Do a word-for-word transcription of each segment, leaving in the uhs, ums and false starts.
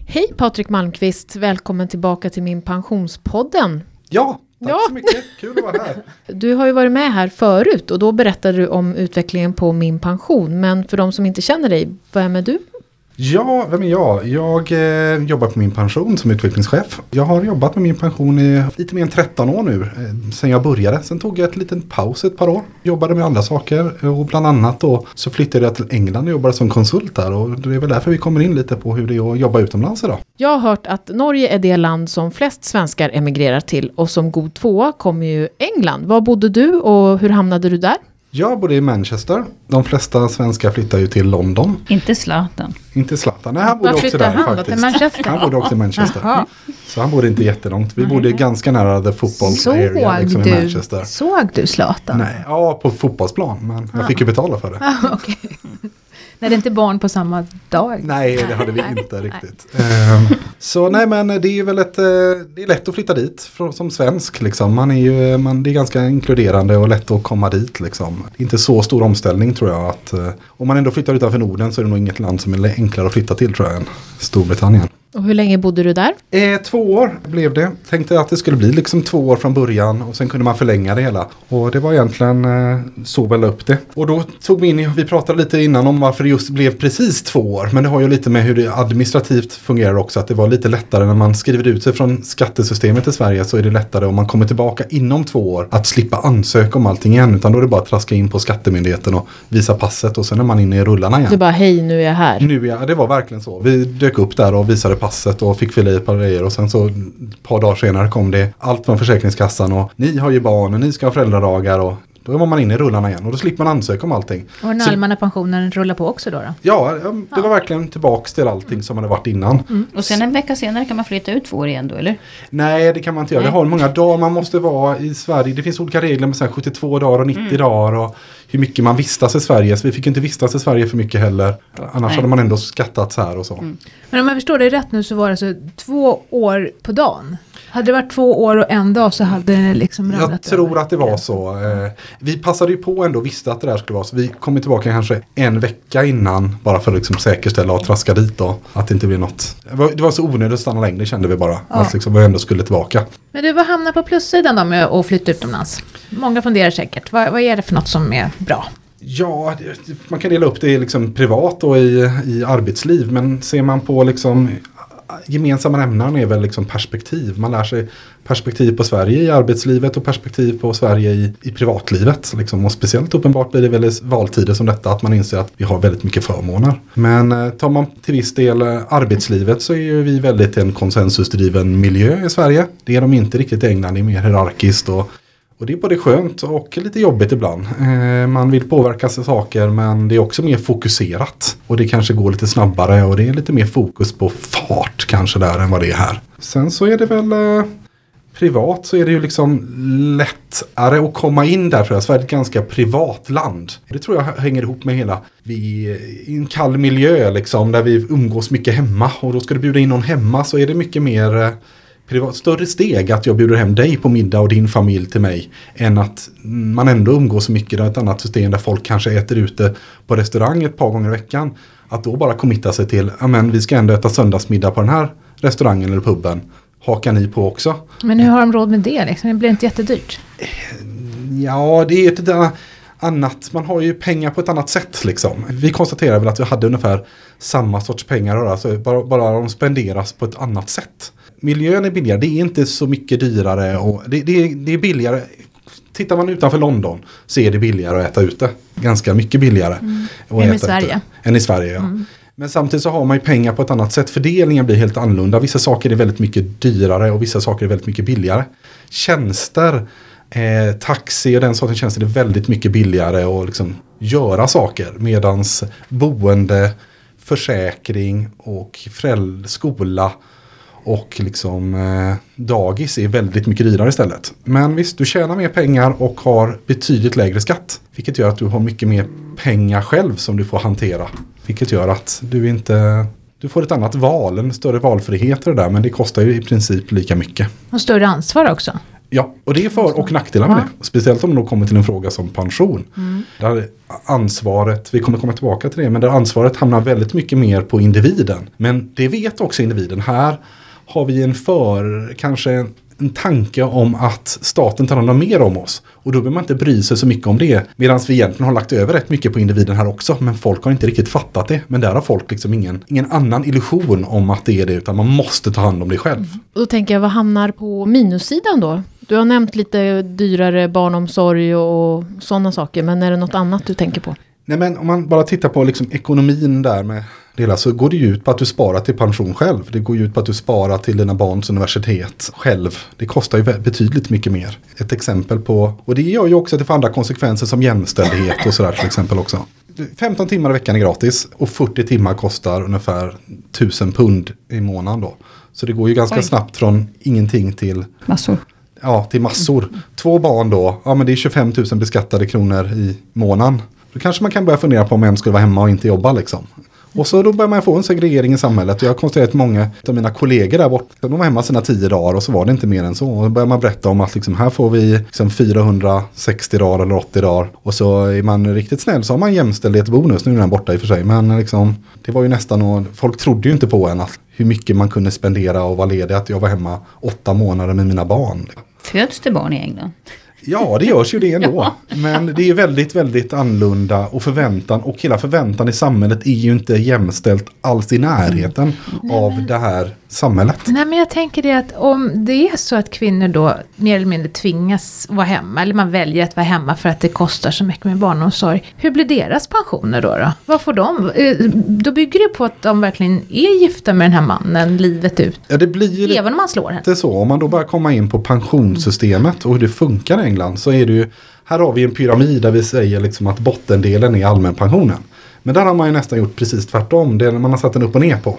Hej Patrik Malmqvist, välkommen tillbaka till Min Pensionspodden. Ja, tack ja. så mycket. Kul att vara här. Du har ju varit med här förut och då berättade du om utvecklingen på Min Pension. Men för de som inte känner dig, vem är du? Ja, vem är jag? Jag eh, jobbar på Min Pension som utvecklingschef. Jag har jobbat med Min Pension i lite mer än tretton år nu, eh, sen jag började. Sen tog jag ett liten paus ett par år. Jobbade med andra saker och bland annat då så flyttade jag till England och jobbade som konsult där. Och det är väl därför vi kommer in lite på hur det är att jobba utomlands idag. Jag har hört att Norge är det land som flest svenskar emigrerar till och som god tvåa kommer ju England. Var bodde du och hur hamnade du där? Jag bodde i Manchester. De flesta svenskar flyttar ju till London. Inte Zlatan. Inte Zlatan. Nej, han bodde också där han faktiskt. Till Manchester? Han bodde också i Manchester. Aha. Så han bodde inte jättelångt. Vi bodde ganska nära the football Såg area liksom, du, i Manchester. Såg du Zlatan? Nej, ja på fotbollsplan. Men jag fick ju betala för det. Ah, okay. När det inte barn på samma dag. Nej, det hade vi inte riktigt. Um, så nej, men det är ju väl ett, det är lätt att flytta dit för, som svensk. Liksom. Man är ju, man, det är ganska inkluderande och lätt att komma dit. Liksom. Det är inte så stor omställning tror jag. Att, uh, om man ändå flyttar utanför Norden så är det nog inget land som är enklare att flytta till tror jag än Storbritannien. Och hur länge bodde du där? Eh, två år blev det. Tänkte att det skulle bli liksom två år från början och sen kunde man förlänga det hela. Och det var egentligen eh, så väl upp det. Och då tog vi in i, vi pratade lite innan om varför det just blev precis två år. Men det har ju lite med hur det administrativt fungerar också. Att det var lite lättare när man skriver ut sig från skattesystemet i Sverige så är det lättare om man kommer tillbaka inom två år att slippa ansöka om allting igen. Utan då är det bara att traska in på skattemyndigheten och visa passet och sen är man inne i rullarna igen. Du bara, hej nu är jag här. Nu ja, det var verkligen så. Vi dök upp där och visade passet och fick fylla i ett par grejer och sen så ett par dagar senare kom det allt från Försäkringskassan och ni har ju barn och ni ska ha föräldradagar och då var man inne i rullarna igen och då slipper man ansöka om allting. Och den så, allmänna pensionen rullar på också då? då? Ja, det var verkligen tillbaks till allting som hade varit innan. Mm. Och sen en vecka senare kan man flytta ut två år igen då, eller? Nej, det kan man inte göra. Det har många dagar man måste vara i Sverige. Det finns olika regler med så här sjuttiotvå dagar och nittio mm. dagar och hur mycket man vistas i Sverige. Så vi fick inte vistas i Sverige för mycket heller. Annars Nej. hade man ändå skattat så här och så. Mm. Men om jag förstår det rätt nu så var det alltså två år på dagen. Hade det varit två år och en dag så hade det liksom ramlat Jag tror över. att det var så. Eh, vi passade ju på ändå och visste att det där skulle vara så. Vi kom tillbaka kanske en vecka innan bara för att liksom säkerställa och traska dit och att det inte blir något. Det var, det var så onödigt att stanna längre kände vi bara. Ja. Att liksom vi ändå skulle tillbaka. Men du, vad hamnar på plussidan då med att flytta utomlands? Många funderar säkert. Vad, vad är det för något som är bra? Ja, det, man kan dela upp det liksom privat och i, i arbetsliv. Men ser man på liksom gemensamma nämnaren är väl liksom perspektiv. Man lär sig perspektiv på Sverige i arbetslivet och perspektiv på Sverige i, i privatlivet. Liksom. Och speciellt uppenbart blir det väl i valtider som detta att man inser att vi har väldigt mycket förmåner. Men eh, tar man till viss del eh, arbetslivet så är ju vi väldigt en konsensusdriven miljö i Sverige. Det är de inte riktigt i England, det är mer hierarkiskt och Och det är både skönt och lite jobbigt ibland. Eh, man vill påverka sig saker men det är också mer fokuserat. Och det kanske går lite snabbare och det är lite mer fokus på fart kanske där än vad det är här. Sen så är det väl eh, privat så är det ju liksom lättare att komma in där tror jag. Sverige är ett ganska privat land. Det tror jag hänger ihop med hela, vi i en kall miljö liksom där vi umgås mycket hemma. Och då ska du bjuda in någon hemma så är det mycket mer eh, privat, större steg att jag bjuder hem dig på middag och din familj till mig än att man ändå umgås så mycket. Det är ett annat system där folk kanske äter ute på restaurang ett par gånger i veckan. Att då bara committa sig till, ja men vi ska ändå äta söndagsmiddag på den här restaurangen eller puben. Hakar ni på också? Men hur har de råd med det liksom? Det blir inte jättedyrt. Ja, det är ett annat. Man har ju pengar på ett annat sätt liksom. Vi konstaterar väl att vi hade ungefär samma sorts pengar. Alltså bara, bara de spenderas på ett annat sätt. Miljön är billigare, det är inte så mycket dyrare och det, det, är, det är billigare. Tittar man utanför London så är det billigare att äta ute. Ganska mycket billigare. Mm. Än i Sverige. Ute. Än i Sverige, ja. Mm. Men samtidigt så har man ju pengar på ett annat sätt. Fördelningen blir helt annorlunda. Vissa saker är väldigt mycket dyrare och vissa saker är väldigt mycket billigare. Tjänster, eh, taxi och den sortens tjänster är väldigt mycket billigare att liksom göra saker. Medans boende, försäkring och föräldrar, skola och liksom eh, dagis är väldigt mycket dyrare istället. Men visst, du tjänar mer pengar och har betydligt lägre skatt. Vilket gör att du har mycket mer pengar själv som du får hantera. Vilket gör att du inte... Du får ett annat val, en större valfrihet och det där, men det kostar ju i princip lika mycket. Och större ansvar också. Ja, och det är för- och nackdelar med det. Speciellt om det kommer till en fråga som pension. Mm. Där ansvaret, vi kommer komma tillbaka till det, men där ansvaret hamnar väldigt mycket mer på individen. Men det vet också individen. Här har vi en för, kanske en tanke om att staten tar hand om mer om oss. Och då behöver man inte bry sig så mycket om det. Medan vi egentligen har lagt över rätt mycket på individen här också. Men folk har inte riktigt fattat det. Men där har folk liksom ingen, ingen annan illusion om att det är det. Utan man måste ta hand om det själv. Mm. Och då tänker jag, vad hamnar på minussidan då? Du har nämnt lite dyrare barnomsorg och sådana saker. Men är det något annat du tänker på? Nej, men om man bara tittar på liksom ekonomin där med det, så går det ju ut på att du sparar till pension själv. Det går ju ut på att du sparar till dina barns universitet själv. Det kostar ju betydligt mycket mer. Ett exempel på, och det gör ju också att det får andra konsekvenser som jämställdhet och sådär till exempel också. femton timmar i veckan är gratis och fyrtio timmar kostar ungefär tusen pund i månaden då. Så det går ju ganska Oj. snabbt från ingenting till massor. Ja, till massor. Mm. Två barn då, ja men det är tjugofem tusen beskattade kronor i månaden. Då kanske man kan börja fundera på om en skulle vara hemma och inte jobba liksom. Och så då börjar man få en segregering i samhället. Jag har konstaterat att många av mina kollegor där borta, de var hemma sina tio dagar och så var det inte mer än så. Och då börjar man berätta om att liksom, här får vi liksom fyrahundrasextio dagar eller åttio dagar. Och så är man riktigt snäll så har man jämställdhetsbonus. Nu är den borta i och för sig. Men liksom, det var ju nästan, och folk trodde ju inte på en att hur mycket man kunde spendera och vara ledig. Att jag var hemma åtta månader med mina barn. Föds det barn i England? Ja, det görs ju det ändå. Ja. Men det är väldigt, väldigt annorlunda och förväntan. Och hela förväntan i samhället är ju inte jämställt alls i närheten mm. av Nej. det här samhället. Nej, men jag tänker det att om det är så att kvinnor då mer eller mindre tvingas vara hemma. Eller man väljer att vara hemma för att det kostar så mycket med barnomsorg. Hur blir deras pensioner då? då? Vad får de? Då bygger det på att de verkligen är gifta med den här mannen livet ut. Ja, det blir även om man slår henne. Det är så. Om man då börjar komma in på pensionssystemet och hur det funkar i England så är det ju, här har vi en pyramid där vi säger liksom att bottendelen är allmänpensionen. Men där har man ju nästan gjort precis tvärtom. Det är man har satt den upp och ner på.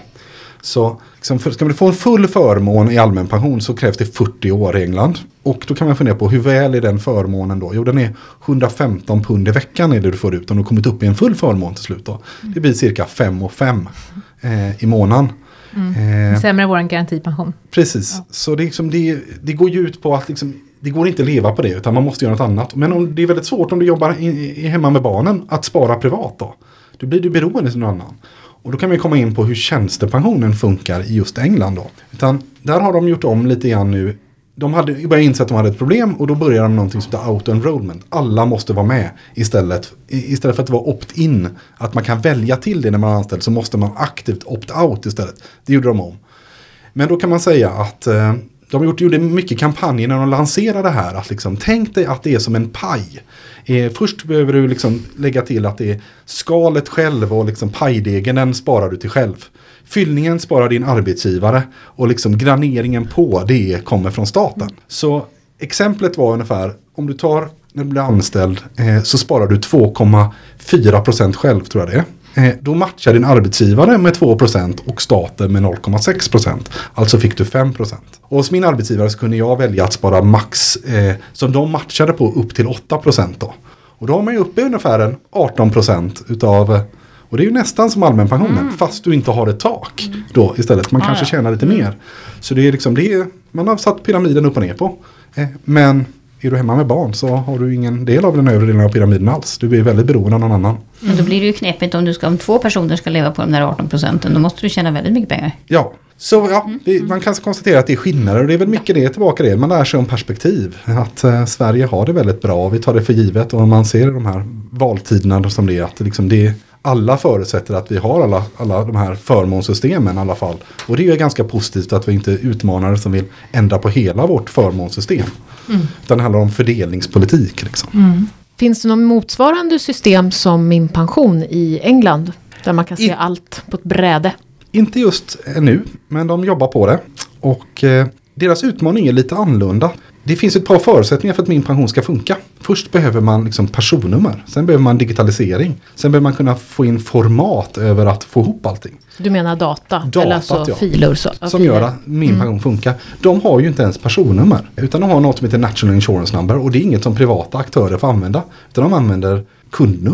Så liksom, för, ska man få en full förmån i allmänpension så krävs det fyrtio år i England. Och då kan man fundera på hur väl är den förmånen då? Jo, den är hundrafemton pund i veckan är det du får ut om du kommit upp i en full förmån till slut då. Det blir cirka fem och fem eh, i månaden. Mm. Eh, Sämre vår garantipension. Precis, ja. Så det, liksom, det, det går ju ut på att liksom, det går inte att leva på det utan man måste göra något annat. Men om, det är väldigt svårt om du jobbar i, i hemma med barnen att spara privat då. Då blir du beroende till någon annan. Och då kan vi komma in på hur tjänstepensionen funkar i just England då. Utan där har de gjort om lite grann nu. De hade börjat inse att de hade ett problem och då börjar de någonting som heter auto-enrollment. Alla måste vara med istället. Istället för att det var opt-in. Att man kan välja till det när man är anställd så måste man aktivt opt-out istället. Det gjorde de om. Men då kan man säga att eh, de gjort, gjorde mycket kampanjer när de lanserade det här. Att liksom, tänk dig att det är som en paj. Eh, först behöver du liksom lägga till att det är skalet själv och liksom pajdegen den sparar du till själv. Fyllningen sparar din arbetsgivare och liksom graneringen på det kommer från staten. Så exemplet var ungefär, om du tar när du blir anställd eh, så sparar du två komma fyra procent själv tror jag det är. Eh, då matchar din arbetsgivare med två procent och staten med noll komma sex procent. Alltså fick du fem procent. Och hos min arbetsgivare så kunde jag välja att spara max eh, som de matchade på upp till åtta procent då. Och då har man ju uppe ungefär en arton procent utav, och det är ju nästan som allmänpensionen mm. fast du inte har ett tak då istället. Man ah, kanske ja. tjänar lite mm. mer. Så det är liksom det är, man har satt pyramiden upp och ner på. Eh, men är du hemma med barn så har du ingen del av den övre delen av pyramiden alls. Du är väldigt beroende av någon annan. Men då blir det ju knepigt om du ska, om två personer ska leva på de där arton procenten. Då måste du tjäna väldigt mycket pengar. Ja, så ja, det, man kan konstatera att det är skillnader. Och det är väl mycket det tillbaka det. Man lär sig om perspektiv. Att eh, Sverige har det väldigt bra. Vi tar det för givet. Och man ser de här valtiderna som det är. Att liksom det, alla förutsätter att vi har alla, alla de här förmånssystemen i alla fall. Och det är ganska positivt att vi inte utmanar som vill ändra på hela vårt förmånssystem. Mm. Utan det handlar om fördelningspolitik. Liksom. Mm. Finns det någon motsvarande system som Min pension i England? Där man kan se I, allt på ett bräde? Inte just nu, men de jobbar på det. Och eh, deras utmaning är lite annorlunda. Det finns ett par förutsättningar för att Min pension ska funka. Först behöver man liksom personnummer. Sen behöver man digitalisering. Sen behöver man kunna få in format över att få ihop allting. Du menar data? Datat, eller alltså ja. filer? Så, som filer. Gör att Min mm. pension funkar. De har ju inte ens personnummer. Utan de har något som heter National Insurance Number. Och det är inget som privata aktörer får använda. Utan de använder kundnummer.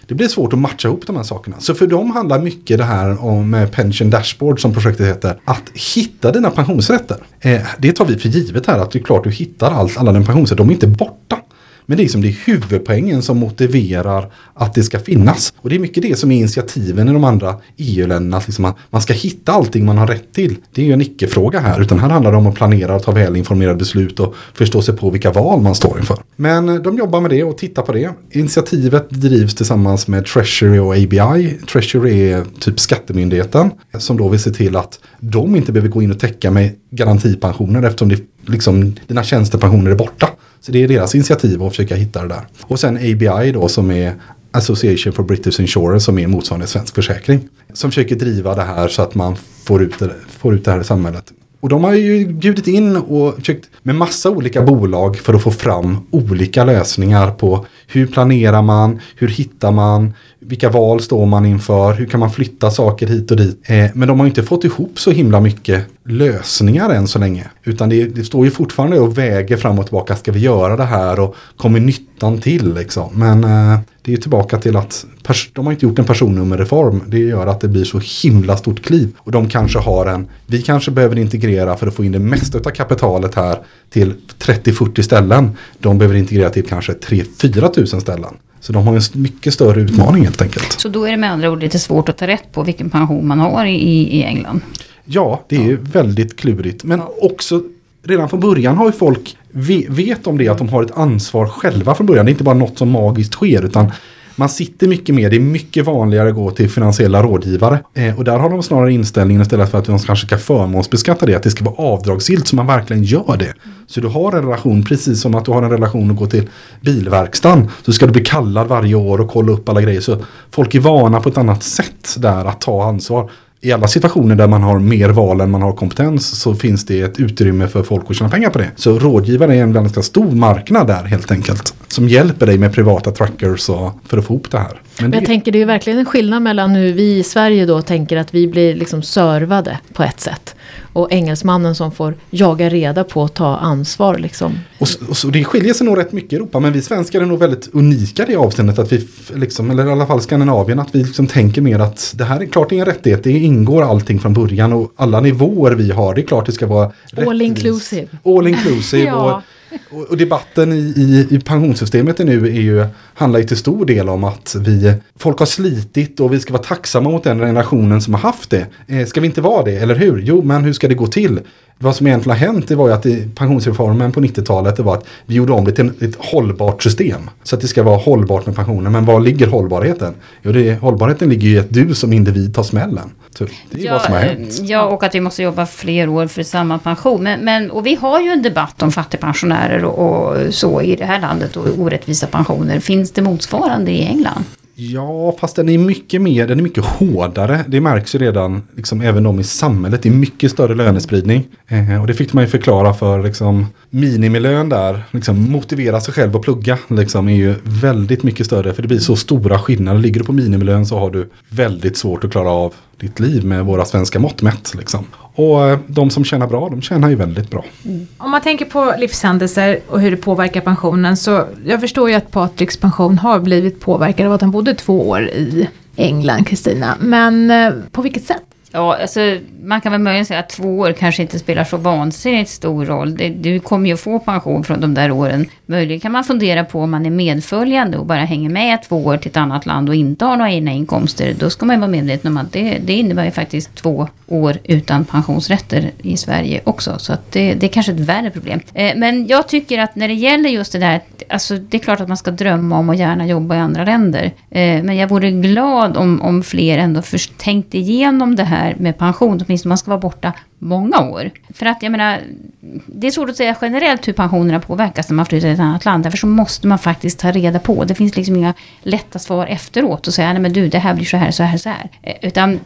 det blir svårt att matcha ihop de här sakerna. Så för dem handlar mycket det här om Pension Dashboard som projektet heter. Att hitta dina pensionsrätter. Eh, det tar vi för givet här att det är klart att du hittar allt, alla dina pensionsrätter. De är inte borta. Men det är, liksom, det är huvudpoängen som motiverar att det ska finnas. Och det är mycket det som är initiativen i de andra E U-länderna. Att liksom man, man ska hitta allting man har rätt till. Det är ju en icke-fråga här. Utan här handlar det om att planera och ta välinformerade beslut och förstå sig på vilka val man står inför. Men de jobbar med det och tittar på det. Initiativet drivs tillsammans med Treasury och A B I. Treasury är typ skattemyndigheten som då vill se till att de inte behöver gå in och täcka med garantipensioner eftersom det, liksom, dina tjänstepensioner är borta. Så det är deras initiativ att försöka hitta det där. Och sen A B I då som är Association for British Insurance som är motsvarande svensk försäkring. Som försöker driva det här så att man får ut det, får ut det här i samhället. Och de har ju bjudit in och försökt med massa olika bolag för att få fram olika lösningar på hur planerar man, hur hittar man, vilka val står man inför, hur kan man flytta saker hit och dit. Eh, men de har inte fått ihop så himla mycket lösningar än så länge. Utan det, det står ju fortfarande och väger fram och tillbaka, ska vi göra det här och kommer nyttan till liksom. Men eh, det är ju tillbaka till att pers- de har inte gjort en personnummerreform. Det gör att det blir så himla stort kliv. Och de kanske har en, vi kanske behöver integrera för att få in det mesta av kapitalet här till trettio till fyrtio ställen. De behöver integrera till kanske tre till fyra tusen ställen. Så de har en mycket större utmaning helt enkelt. Så då är det med andra ord lite svårt att ta rätt på vilken pension man har i, i England? Ja, det är ja. väldigt klurigt. Men också redan från början har ju folk vet om det att de har ett ansvar själva från början. Det är inte bara något som magiskt sker utan man sitter mycket mer. Det är mycket vanligare att gå till finansiella rådgivare. Eh, och där har de snarare inställningen istället för att de kanske ska förmånsbeskatta det. Att det ska vara avdragsgillt så man verkligen gör det. Så du har en relation precis som att du har en relation att gå till bilverkstan. Så ska du bli kallad varje år och kolla upp alla grejer. Så folk är vana på ett annat sätt där att ta ansvar. I alla situationer där man har mer val än man har kompetens så finns det ett utrymme för folk att tjäna pengar på det. Så rådgivare är en ganska stor marknad där helt enkelt. Som hjälper dig med privata trackers och, för att få ihop det här. Men det... Jag tänker det är ju verkligen en skillnad mellan hur vi i Sverige då tänker att vi blir liksom servade på ett sätt. Och engelsmannen som får jaga reda på att ta ansvar liksom. Och, och så, det skiljer sig nog rätt mycket i Europa. Men vi svenskar är nog väldigt unika i det avseendet att vi, liksom, eller i alla fall Skandinavien, att vi liksom tänker mer att det här är klart ingen rättighet. Det ingår allting från början och alla nivåer vi har. Det är klart det ska vara all rättvis. inclusive. All inclusive. Ja. och, och, och debatten i, i, i pensionssystemet nu är ju, handlar ju till stor del om att vi, folk har slitit och vi ska vara tacksamma mot den generationen som har haft det. Eh, ska vi inte vara det, eller hur? Jo, men hur ska det gå till? Vad som egentligen har hänt det var ju att i pensionsreformen på nittiotalet det var att vi gjorde om det till ett hållbart system. Så att det ska vara hållbart med pensionen. Men var ligger hållbarheten? Jo, det är, hållbarheten ligger ju i att du som individ tar smällen. Så det är ja, vad som har hänt. Ja, och att vi måste jobba fler år för samma pension. Men, men, och vi har ju en debatt om fattigpensionärer och, och så i det här landet och orättvisa pensioner. Finns det motsvarande i England? Ja, fast den är mycket mer, den är mycket hårdare. Det märks ju redan, liksom, även de i samhället. Det är mycket större lönespridning. Eh, och det fick man ju förklara för liksom, minimilön där. Liksom, motivera sig själv att plugga liksom, är ju väldigt mycket större. För det blir så stora skillnader. Ligger du på minimilön så har du väldigt svårt att klara av ditt liv med våra svenska mått mätt. Liksom. Och eh, de som tjänar bra, de tjänar ju väldigt bra. Mm. Om man tänker på livshändelser och hur det påverkar pensionen så jag förstår ju att Patriks pension har blivit påverkad av att han bodde två år i England, Kristina. Men eh, på vilket sätt? Ja, alltså man kan väl möjligen säga att två år kanske inte spelar så vansinnigt stor roll. Det, du kommer ju få pension från de där åren. Möjligen kan man fundera på om man är medföljande och bara hänger med två år till ett annat land och inte har några egna inkomster. Då ska man ju vara medveten om att det, det innebär ju faktiskt två år utan pensionsrätter i Sverige också. Så att det, det är kanske ett värre problem. Eh, men jag tycker att när det gäller just det där, alltså det är klart att man ska drömma om och gärna jobba i andra länder. Eh, men jag vore glad om, om fler ändå först tänkte igenom det här med pension, åtminstone man ska vara borta många år. För att jag menar, det är svårt att säga generellt hur pensionerna påverkas när man flyttar till ett annat land. Därför så måste man faktiskt ta reda på. Det finns liksom inga lätta svar efteråt och säga, nej men du, det här blir så här, så här, så här. Utan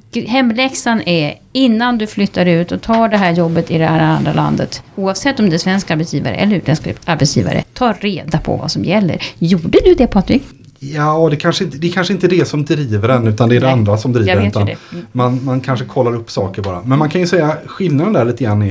hemläxan är innan du flyttar ut och tar det här jobbet i det här andra landet, oavsett om det är svensk arbetsgivare eller utländsk arbetsgivare, ta reda på vad som gäller. Gjorde du det, Patrik? Ja, det kanske inte det är kanske inte det som driver den, utan det är det Nej, andra som driver den. Utan mm. man, man kanske kollar upp saker bara. Men man kan ju säga skillnaden där lite grann är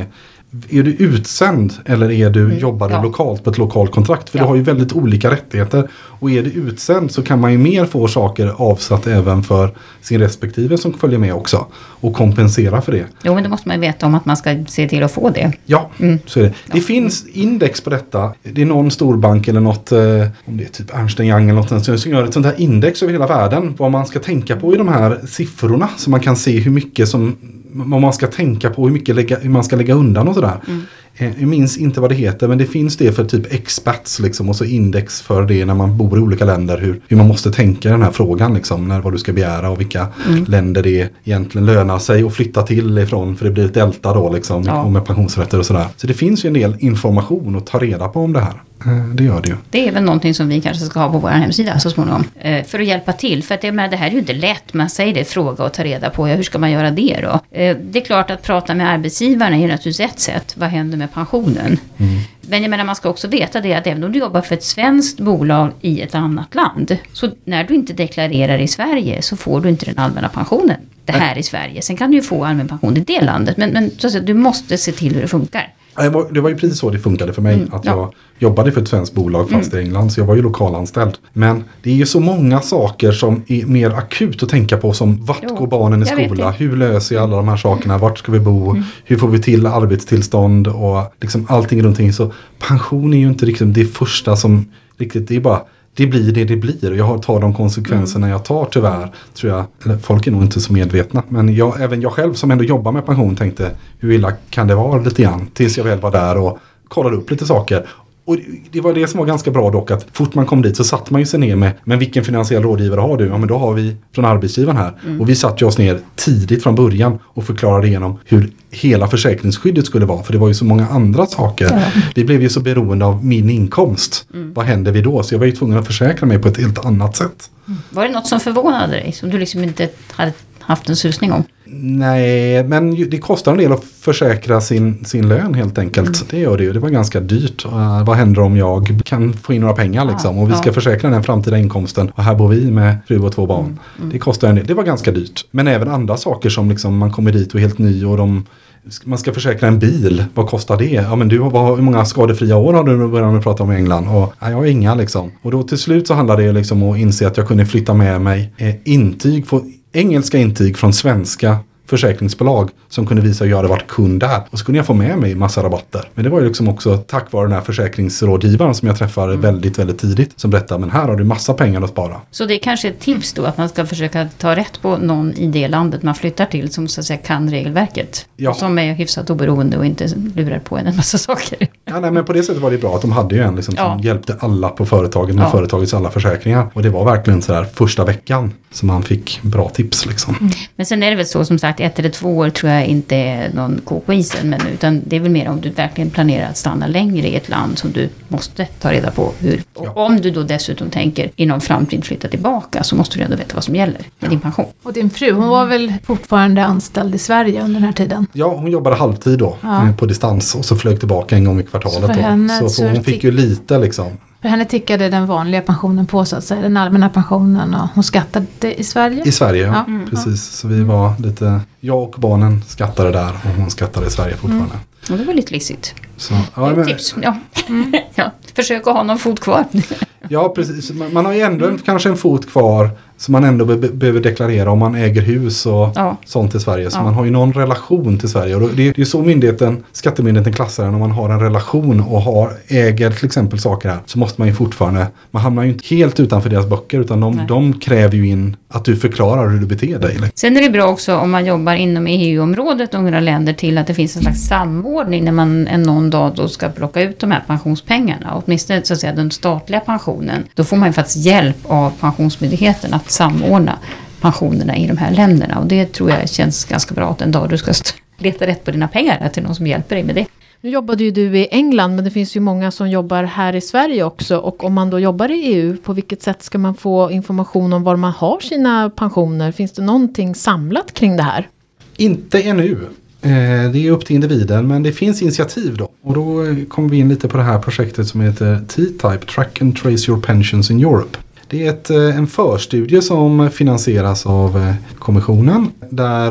är du utsänd eller är du, Mm, jobbar du ja. lokalt på ett lokalt kontrakt? För Ja. du har ju väldigt olika rättigheter. Och är du utsänd så kan man ju mer få saker avsatt även för sin respektive som följer med också. Och kompensera för det. Jo, men då måste man ju veta om att man ska se till att få det. Ja, Mm. så är det. Det finns index på detta. Det är någon storbank eller något, eh, om det är typ Ernst and Young eller något sånt, som gör ett sånt här index över hela världen. Vad man ska tänka på i de här siffrorna. Så man kan se hur mycket som, vad man ska tänka på, hur mycket lägga, hur man ska lägga undan och sådär. Mm. Eh, jag minns inte vad det heter, men det finns det för typ expats liksom, och så index för det när man bor i olika länder. Hur, hur man måste tänka den här frågan liksom, när, vad du ska begära och vilka Mm. länder det egentligen lönar sig att flytta till ifrån. För det blir ett delta då liksom, Ja. och med pensionsrätter och sådär. Så det finns ju en del information att ta reda på om det här. Eh, det gör det ju. Det är väl någonting som vi kanske ska ha på vår hemsida så småningom. Eh, för att hjälpa till. För att det, men det här är ju inte lätt. Man säger det, fråga och ta reda på. Ja, hur ska man göra det då? Eh, det är klart att prata med arbetsgivarna är ju naturligtvis ett sätt. Vad händer med pensionen? Mm. Men jag menar, man ska också veta det att även om du jobbar för ett svenskt bolag i ett annat land. Så när du inte deklarerar i Sverige så får du inte den allmänna pensionen. Det här i Sverige. Sen kan du ju få allmän pension i det landet. Men, men så att säga, du måste se till hur det funkar. Det var, det var ju precis så det funkade för mig. Mm, att ja. jag jobbade för ett svenskt bolag fast i England. Så jag var ju lokalanställd. Men det är ju så många saker som är mer akut att tänka på. Som vart Jo, går barnen i jag vet skola? det. Hur löser jag alla de här sakerna? Vart ska vi bo? Mm. Hur får vi till arbetstillstånd? Och liksom allting runt omkring. Så pension är ju inte riktigt det första som riktigt, det är bara... Det blir det det blir och jag tar de konsekvenserna jag tar tyvärr, tror jag. Eller, folk är nog inte så medvetna. Men jag, även jag själv som ändå jobbar med pension tänkte, hur illa kan det vara lite grann? Tills jag väl var där och kollade upp lite saker. Och det var det som var ganska bra dock, att fort man kom dit så satt man ju sig ner med, men vilken finansiell rådgivare har du? Ja, men då har vi från arbetsgivaren här. Mm. Och vi satt ju oss ner tidigt från början och förklarade igenom hur hela försäkringsskyddet skulle vara. För det var ju så många andra saker. Ja. Vi blev ju så beroende av min inkomst. Mm. Vad hände vi då? Så jag var ju tvungen att försäkra mig på ett helt annat sätt. Mm. Var det något som förvånade dig? Som du liksom inte hade haft en susning om? Nej, men det kostar en del att försäkra sin, sin lön helt enkelt. Mm. Det gör det ju. Det var ganska dyrt. Uh, vad händer om jag kan få in några pengar liksom? Och vi ska ja. försäkra den framtida inkomsten. Och här bor vi med fru och två barn. Mm. Mm. Det kostar en del. Det var ganska dyrt. Men även andra saker som liksom man kommer dit och är helt ny och de... Man ska försäkra en bil. Vad kostar det? Ja, men du, vad, hur många skadefria år har du börjat prata om i England? Och, ja, jag har inga liksom. Och då till slut så handlade det liksom om att inse att jag kunde flytta med mig eh, intyg, få engelska intyg från svenska försäkringsbolag som kunde visa att jag hade varit kund där. Och så kunde jag få med mig massa rabatter. Men det var ju liksom också tack vare den här försäkringsrådgivaren som jag träffade mm. väldigt, väldigt tidigt. Som berättade, men här har du massa pengar att spara. Så det är kanske ett tips då att man ska försöka ta rätt på någon i det landet man flyttar till som så att säga kan regelverket. Ja. Och som är hyfsat oberoende och inte lurar på en en massa saker. Ja, nej, men på det sättet var det bra att de hade ju en liksom, ja. som hjälpte alla på företaget med ja. företagets alla försäkringar. Och det var verkligen så här första veckan som man fick bra tips liksom. Mm. Men sen är det väl så som sagt, ett eller två år tror jag inte är någon ko på isen, men utan det är väl mer om du verkligen planerar att stanna längre i ett land som du måste ta reda på hur. Och ja. om du då dessutom tänker inom framtiden flytta tillbaka så måste du ändå veta vad som gäller med ja. din pension. Och din fru, hon var väl fortfarande anställd i Sverige under den här tiden? Ja, hon jobbade halvtid då ja. på distans och så flög tillbaka en gång i kvartalet. Så, för henne, då. så, så hon fick ju lite liksom. För henne tickade den vanliga pensionen på så att säga, den allmänna pensionen, och hon skattade i Sverige? I Sverige, ja. ja. Mm. Precis. Så vi var lite, jag och barnen skattade där och hon skattade i Sverige fortfarande. Mm. Och det var lite lyxigt. Så, ja, men, tips, ja. Mm. ja. Försök att ha någon fot kvar. Ja, precis. Man, man har ju ändå en, kanske en fot kvar som man ändå be- behöver deklarera om man äger hus och ja. sånt i Sverige. Så ja. man har ju någon relation till Sverige. Och då, det, det är ju så myndigheten, skattemyndigheten klassar den. Om man har en relation och har, äger till exempel saker här, så måste man ju fortfarande, man hamnar ju inte helt utanför deras böcker, utan de, de kräver ju in att du förklarar hur du beter dig. Sen är det bra också om man jobbar inom E U-området och några länder till att det finns en slags samordning när man en någon dag då ska plocka ut de här pensionspengarna. Och åtminstone så att säga den statliga pensionen. Då får man ju faktiskt hjälp av pensionsmyndigheten att samordna pensionerna i de här länderna. Och det tror jag känns ganska bra att en dag du ska leta rätt på dina pengar, att det är någon som hjälper dig med det. Nu jobbade ju du i England, men det finns ju många som jobbar här i Sverige också. Och om man då jobbar i E U, på vilket sätt ska man få information om var man har sina pensioner? Finns det någonting samlat kring det här? Inte ännu. Det är upp till individen, men det finns initiativ då. Och då kommer vi in lite på det här projektet som heter T-Type, Track and Trace Your Pensions in Europe. Det är ett, en förstudie som finansieras av kommissionen där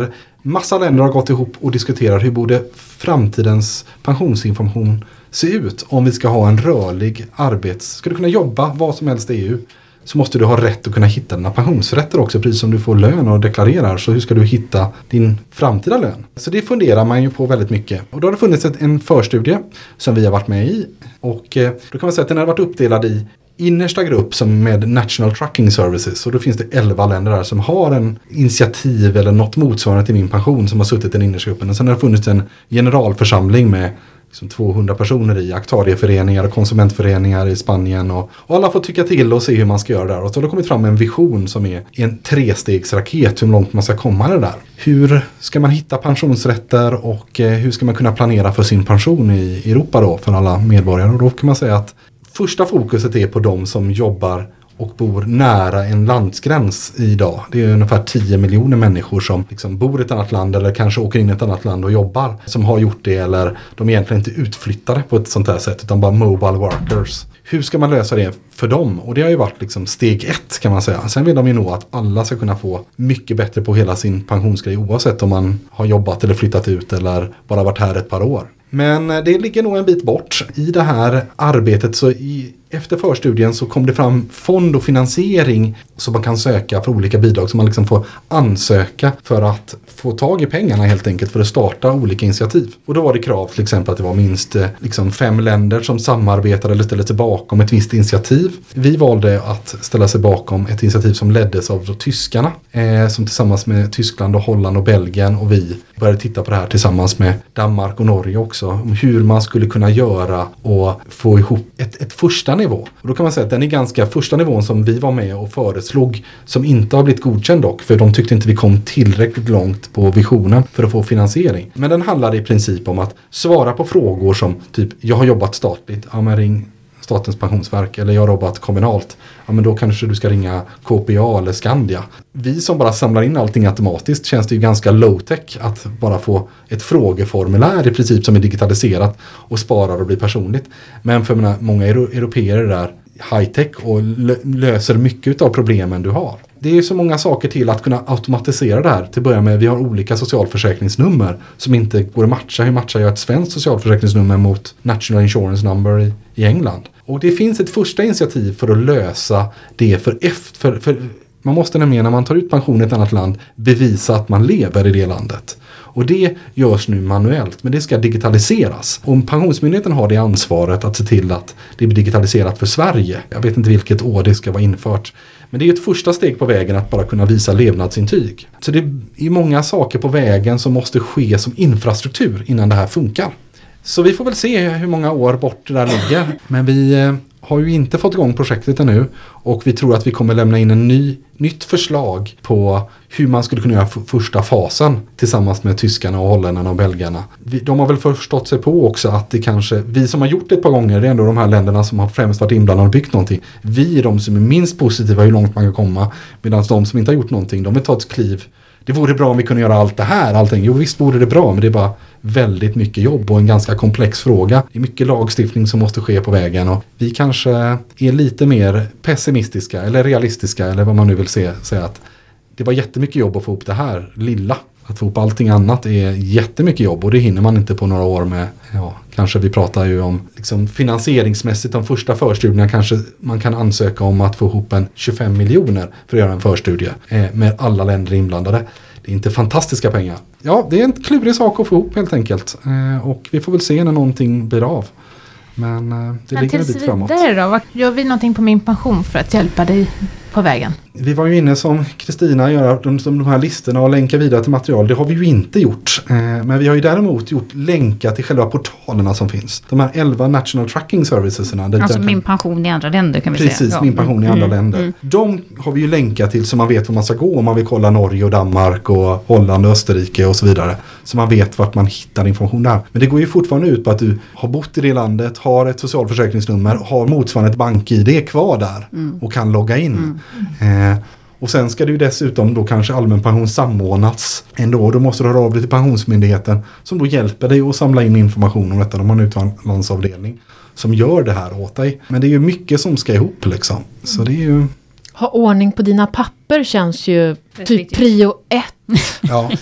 Massa länder har gått ihop och diskuterar hur borde framtidens pensionsinformation se ut om vi ska ha en rörlig arbets... Ska du kunna jobba vad som helst i E U så måste du ha rätt att kunna hitta dina pensionsrätter också, precis som du får lön och deklarerar. Så hur ska du hitta din framtida lön? Så det funderar man ju på väldigt mycket. Och då har det funnits ett, en förstudie som vi har varit med i. Och eh, då kan man säga att den har varit uppdelad i innersta grupp som med National Tracking Services. Och då finns det elva länder där som har en initiativ eller något motsvarande till min pension som har suttit i den innersta gruppen. Och sen har det funnits en generalförsamling med liksom tvåhundra personer i aktuarieföreningar och konsumentföreningar i Spanien. Och, och alla får tycka till och se hur man ska göra där. Och så har det kommit fram en vision som är en trestegsraket hur långt man ska komma det där. Hur ska man hitta pensionsrätter och eh, hur ska man kunna planera för sin pension i Europa då för alla medborgare? Och då kan man säga att första fokuset är på de som jobbar och bor nära en landsgräns idag. Det är ungefär tio miljoner människor som liksom bor i ett annat land eller kanske åker in i ett annat land och jobbar. Som har gjort det eller de är egentligen inte utflyttade på ett sånt här sätt utan bara mobile workers. Hur ska man lösa det för dem? Och det har ju varit liksom steg ett kan man säga. Sen vill de ju nå att alla ska kunna få mycket bättre på hela sin pensionsgrej oavsett om man har jobbat eller flyttat ut eller bara varit här ett par år. Men det ligger nog en bit bort i det här arbetet så i efter förstudien så kom det fram fond och finansiering som man kan söka för olika bidrag som man liksom får ansöka för att få tag i pengarna helt enkelt för att starta olika initiativ. Och då var det krav till exempel att det var minst liksom fem länder som samarbetade eller ställde sig bakom ett visst initiativ. Vi valde att ställa sig bakom ett initiativ som leddes av då tyskarna eh, som tillsammans med Tyskland och Holland och Belgien och vi började titta på det här tillsammans med Danmark och Norge också om hur man skulle kunna göra och få ihop ett, ett första nivå. Och då kan man säga att den är ganska första nivån som vi var med och föreslog som inte har blivit godkänd dock för de tyckte inte vi kom tillräckligt långt på visionen för att få finansiering. Men den handlar i princip om att svara på frågor som typ jag har jobbat statligt, ja men ring Statens pensionsverk eller jag har jobbat kommunalt. Ja men då kanske du ska ringa K P A eller Skandia. Vi som bara samlar in allting automatiskt känns det ju ganska low-tech att bara få ett frågeformulär i princip som är digitaliserat och sparar och blir personligt. Men för mina, många europeer är det där high-tech och lö- löser mycket av problemen du har. Det är så många saker till att kunna automatisera det här. Till att börja med, vi har olika socialförsäkringsnummer som inte går att matcha. Hur matchar jag ett svenskt socialförsäkringsnummer mot National Insurance Number i, i England? Och det finns ett första initiativ för att lösa det för efter... För, för, man måste nämligen när man tar ut pension i ett annat land bevisa att man lever i det landet. Och det görs nu manuellt, men det ska digitaliseras. Om Pensionsmyndigheten har det ansvaret att se till att det blir digitaliserat för Sverige. Jag vet inte vilket år det ska vara infört. Men det är ett första steg på vägen att bara kunna visa levnadsintyg. Så det är många saker på vägen som måste ske som infrastruktur innan det här funkar. Så vi får väl se hur många år bort det där ligger. Men vi har ju inte fått igång projektet ännu och vi tror att vi kommer lämna in en ny, nytt förslag på hur man skulle kunna göra f- första fasen tillsammans med tyskarna och holländarna och belgarna. Vi, de har väl förstått sig på också att det kanske, vi som har gjort det ett par gånger, det är ändå de här länderna som har främst varit inblandade och byggt någonting. Vi är de som är minst positiva hur långt man kan komma, medan de som inte har gjort någonting, de vill ta ett kliv. Det vore bra om vi kunde göra allt det här, allting. Jo visst vore det bra, men det är bara väldigt mycket jobb och en ganska komplex fråga. Det är mycket lagstiftning som måste ske på vägen och vi kanske är lite mer pessimistiska eller realistiska eller vad man nu vill se, säga att det var jättemycket jobb att få upp det här lilla. Att få upp allting annat är jättemycket jobb och det hinner man inte på några år med. Ja, kanske vi pratar ju om liksom finansieringsmässigt de första förstudierna kanske man kan ansöka om att få ihop en tjugofem miljoner för att göra en förstudie eh, med alla länder inblandade. Det är inte fantastiska pengar. Ja, det är en klurig sak att få ihop helt enkelt. Eh, och vi får väl se när någonting blir av. Men eh, det Men ligger en bit framåt. Men tills vidare då? Gör vi någonting på min pension för att hjälpa dig på vägen? Vi var ju inne som Kristina gör de, de här listorna och länka vidare till material. Det har vi ju inte gjort. Eh, men vi har ju däremot gjort länkar till själva portalerna som finns. De här elva National Tracking Servicesarna. Alltså min pension i andra länder kan vi Precis, säga. Precis, min pension i andra mm. länder. Mm. De har vi ju länkat till så man vet var man ska gå om man vill kolla Norge och Danmark och Holland och Österrike och så vidare. Så man vet vart man hittar information där. Men det går ju fortfarande ut på att du har bott i det landet, har ett socialförsäkringsnummer, har motsvarande ett bank-I D kvar där mm. och kan logga in. Mm. Eh, Och sen ska det ju dessutom då kanske allmän pension samordnats ändå. Då måste du höra av dig till Pensionsmyndigheten som då hjälper dig att samla in information om detta. De har en utlandsavdelning som gör det här åt dig. Men det är ju mycket som ska ihop liksom. Så det är ju... Ha ordning på dina papper känns ju typ prio ett. Ja.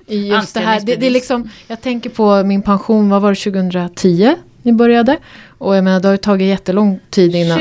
i just det här. Det, det är liksom, jag tänker på min pension, vad var det, tjugohundratio ni började? Och jag menar, det har ju tagit jättelång tid innan.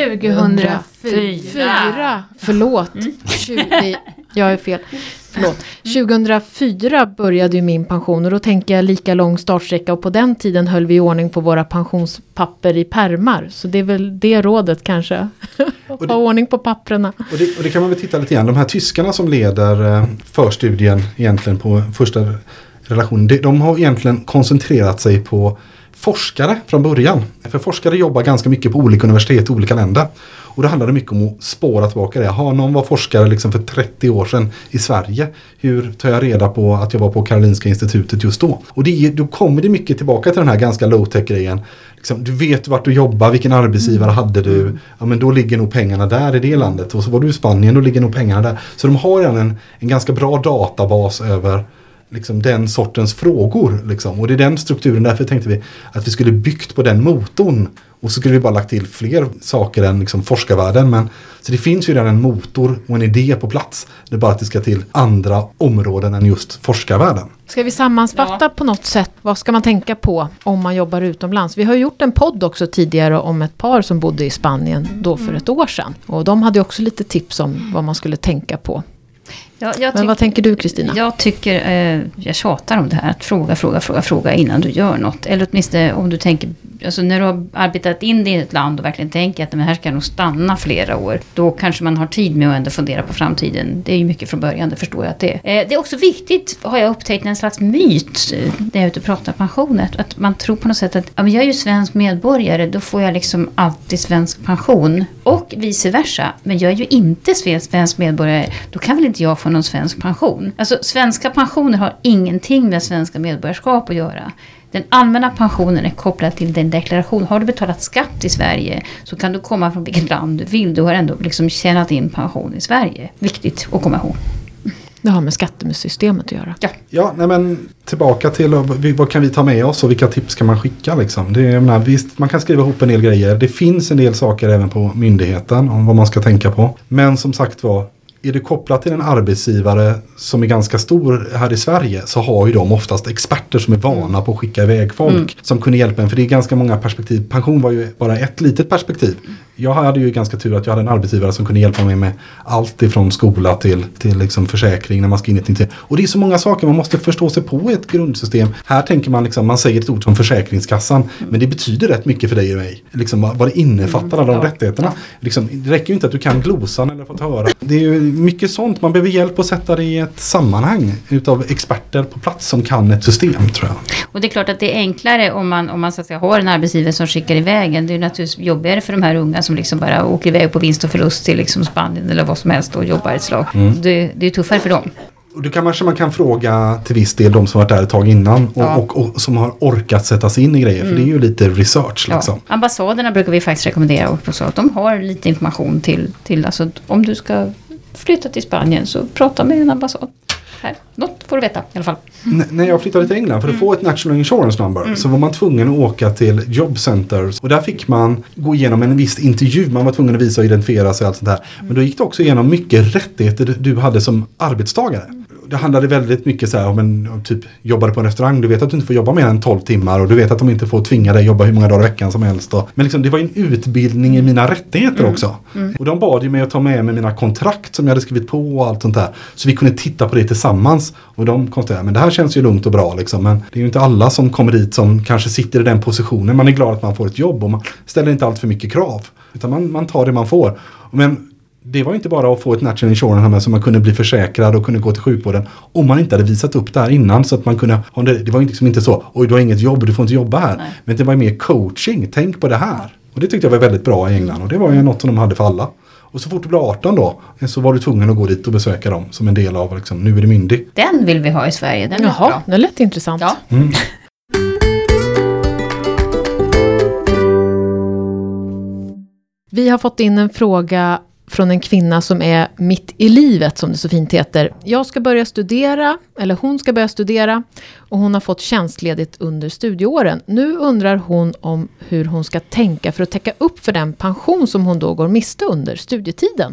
tjugohundrafyra. Förlåt. Mm. tjugo, jag är fel. Förlåt. tjugohundrafyra började ju min pension och då tänker jag lika lång startsträcka och på den tiden höll vi i ordning på våra pensionspapper i pärmar. Så det är väl det rådet kanske. Att ha ordning på papperna. Och det, och det kan man väl titta lite grann. De här tyskarna som leder förstudien egentligen på första relationen. De har egentligen koncentrerat sig på forskare från början. För forskare jobbar ganska mycket på olika universitet i olika länder. Och det handlade mycket om att spåra tillbaka det. Har någon var forskare liksom för trettio år sedan i Sverige. Hur tar jag reda på att jag var på Karolinska institutet just då? Och det, då kommer det mycket tillbaka till den här ganska low-tech-grejen. Liksom, du vet vart du jobbar, vilken arbetsgivare hade du? Ja, men då ligger nog pengarna där i det landet. Och så var du i Spanien, då ligger nog pengarna där. Så de har redan en, en ganska bra databas över liksom den sortens frågor. Liksom. Och det är den strukturen, därför tänkte vi att vi skulle byggt på den motorn. Och så skulle vi bara lagt till fler saker än liksom forskarvärlden. Men, så det finns ju redan en motor och en idé på plats. Det är bara att det ska till andra områden än just forskarvärlden. Ska vi sammanfatta ja. på något sätt? Vad ska man tänka på om man jobbar utomlands? Vi har gjort en podd också tidigare om ett par som bodde i Spanien då för ett år sedan. Och de hade också lite tips om vad man skulle tänka på. Ja, jag Men vad tänker du, Kristina? Jag tycker, eh, jag tjatar om det här, att fråga, fråga, fråga, fråga innan du gör något. Eller åtminstone om du tänker, alltså när du har arbetat in det i ett land och verkligen tänker att det här ska nog stanna flera år. Då kanske man har tid med att ändå fundera på framtiden. Det är ju mycket från början, det förstår jag att det är. Eh, det är också viktigt, har jag upptäckt, en slags myt när jag är ute och pratar pensioner. Att man tror på något sätt att ja, men jag är ju svensk medborgare, då får jag liksom alltid svensk pension. Och vice versa. Men jag är ju inte svensk medborgare, då kan väl inte jag få någon svensk pension. Alltså svenska pensioner har ingenting med svenska medborgarskap att göra. Den allmänna pensionen är kopplad till din deklaration. Har du betalat skatt i Sverige så kan du komma från vilket land du vill. Du har ändå liksom tjänat in pension i Sverige. Viktigt att komma ihåg. Det har med skattesystemet att göra. Ja, ja nej men tillbaka till vad kan vi ta med oss och vilka tips kan man skicka liksom. Det, jag menar, visst, man kan skriva ihop en del grejer. Det finns en del saker även på myndigheten om vad man ska tänka på. Men som sagt var, är det kopplat till en arbetsgivare som är ganska stor här i Sverige så har ju de oftast experter som är vana på att skicka iväg folk mm. som kunde hjälpa en. För det är ganska många perspektiv. Pension var ju bara ett litet perspektiv. Jag hade ju ganska tur att jag hade en arbetsgivare som kunde hjälpa mig med allt ifrån skola till, till liksom försäkring när man ska in i ett. Och det är så många saker man måste förstå sig på i ett grundsystem. Här tänker man liksom, man säger ett ord som Försäkringskassan mm. men det betyder rätt mycket för dig och mig. Liksom vad det innefattar alla de mm. rättigheterna. Liksom, det räcker ju inte att du kan glosan eller fått höra. Det är ju mycket sånt. Man behöver hjälp att sätta det i ett sammanhang utav experter på plats som kan ett system, tror jag. Och det är klart att det är enklare om man, om man så att säga, har en arbetsgivare som skickar iväg en. Det är naturligtvis jobbigare för de här unga som liksom bara åker iväg på vinst och förlust till liksom Spanien eller vad som helst och jobbar ett slag. Mm. Det, det är tuffare för dem. Och det kan man, man kan fråga till viss del de som varit där ett tag innan och, ja. och, och, och som har orkat sätta sig in i grejer. Mm. För det är ju lite research liksom. Ja. Ambassaderna brukar vi faktiskt rekommendera också att de har lite information till, till alltså om du ska flytta till Spanien så prata med en ambassad. Här. Något får du veta i alla fall. N- när jag flyttade till England för att mm. få ett National Insurance Number mm. så var man tvungen att åka till Job Centers och där fick man gå igenom en viss intervju. Man var tvungen att visa och identifiera sig och allt sånt där. Men då gick det också igenom mycket rättigheter du hade som arbetstagare. Mm. Det handlade väldigt mycket så här om en typ jobbade på en restaurang. Du vet att du inte får jobba mer än tolv timmar och du vet att de inte får tvinga dig jobba hur många dagar i veckan som helst. Då. Men liksom, det var en utbildning i mina rättigheter mm. också. Mm. Och de bad ju mig att ta med mig mina kontrakt som jag hade skrivit på och allt sånt där. Så vi kunde titta på det tillsammans. Och de konstaterade, men det här känns ju lugnt och bra liksom. Men det är ju inte alla som kommer dit som kanske sitter i den positionen. Man är glad att man får ett jobb och man ställer inte allt för mycket krav. Utan man, man tar det man får. Men det var inte bara att få ett National Insurance här så man kunde bli försäkrad och kunde gå till sjukvården om man inte hade visat upp det här innan så att man kunde, det var liksom inte så, oj du har inget jobb, du får inte jobba här. Nej. Men det var mer coaching, tänk på det här. Och det tyckte jag var väldigt bra i England och det var ju något som de hade för alla. Och så fort du blev arton då så var du tvungen att gå dit och besöka dem som en del av liksom, nu är det myndig. Den vill vi ha i Sverige, den är Jaha, bra. Det är lätt intressant. Ja. Mm. Vi har fått in en fråga från en kvinna som är mitt i livet, som det så fint heter. Jag ska börja studera, eller hon ska börja studera, och hon har fått tjänstledigt under studieåren. Nu undrar hon om hur hon ska tänka för att täcka upp för den pension som hon då går miste under studietiden.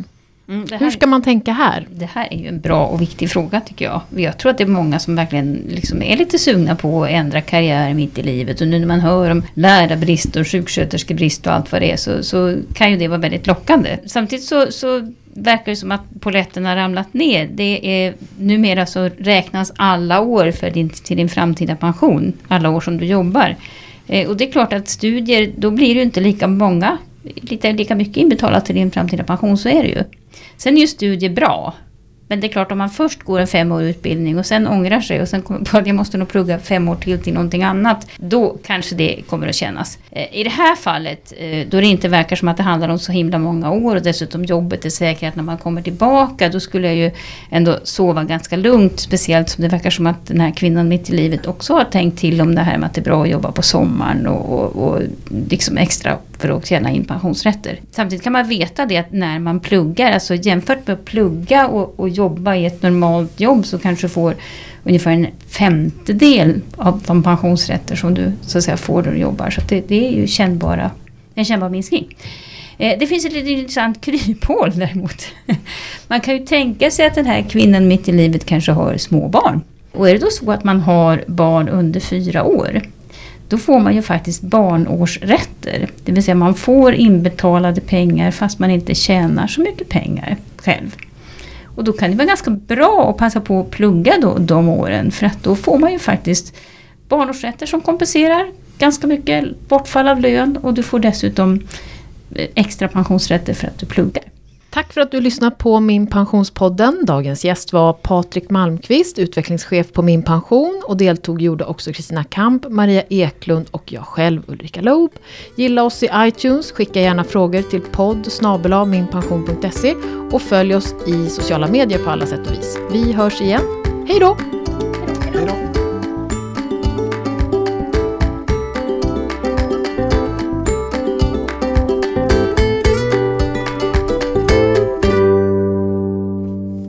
Mm, det här, Hur ska man tänka här? Det här är ju en bra och viktig fråga tycker jag. Jag tror att det är många som verkligen liksom är lite sugna på att ändra karriär mitt i livet. Och nu när man hör om lärarbrist och sjuksköterskebrist och allt vad det är så, så kan ju det vara väldigt lockande. Samtidigt så, så verkar det som att polletten har ramlat ner. Det är, numera så räknas alla år för din, till din framtida pension. Alla år som du jobbar. Eh, och det är klart att studier, då blir det ju inte lika många, lite, lika mycket inbetalat till din framtida pension, så är det ju. Sen är ju studier bra. Men det är klart om man först går en femårig utbildning och sen ångrar sig och sen kommer på att jag måste nog plugga fem år till till någonting annat. Då kanske det kommer att kännas. I det här fallet då det inte verkar som att det handlar om så himla många år och dessutom jobbet är säkert när man kommer tillbaka, då skulle jag ju ändå sova ganska lugnt. Speciellt som det verkar som att den här kvinnan mitt i livet också har tänkt till om det här med att det är bra att jobba på sommaren och, och, och liksom extra för att tjäna in pensionsrätter. Samtidigt kan man veta det att när man pluggar, alltså jämfört med att plugga och, och jobba i ett normalt jobb så kanske får ungefär en femtedel av de pensionsrätter som du så att säga får när du jobbar. Så det, det är ju kännbara, en kännbar minskning. Eh, det finns ett lite intressant kryphål däremot. Man kan ju tänka sig att den här kvinnan mitt i livet kanske har små barn. Och är det då så att man har barn under fyra år, då får man ju faktiskt barnårsrätter. Det vill säga man får inbetalade pengar fast man inte tjänar så mycket pengar själv. Och då kan det vara ganska bra att passa på att plugga då, de åren. För att då får man ju faktiskt barnårsrätter som kompenserar ganska mycket bortfall av lön. Och du får dessutom extra pensionsrätter för att du pluggar. Tack för att du lyssnat på Min Pensionspodden. Dagens gäst var Patrik Malmqvist, utvecklingschef på Min Pension. Och deltog gjorde också Kristina Kamp, Maria Eklund och jag själv, Ulrika Loob. Gilla oss i iTunes, skicka gärna frågor till podd snabel-a minpension punkt se och följ oss i sociala medier på alla sätt och vis. Vi hörs igen. Hej då!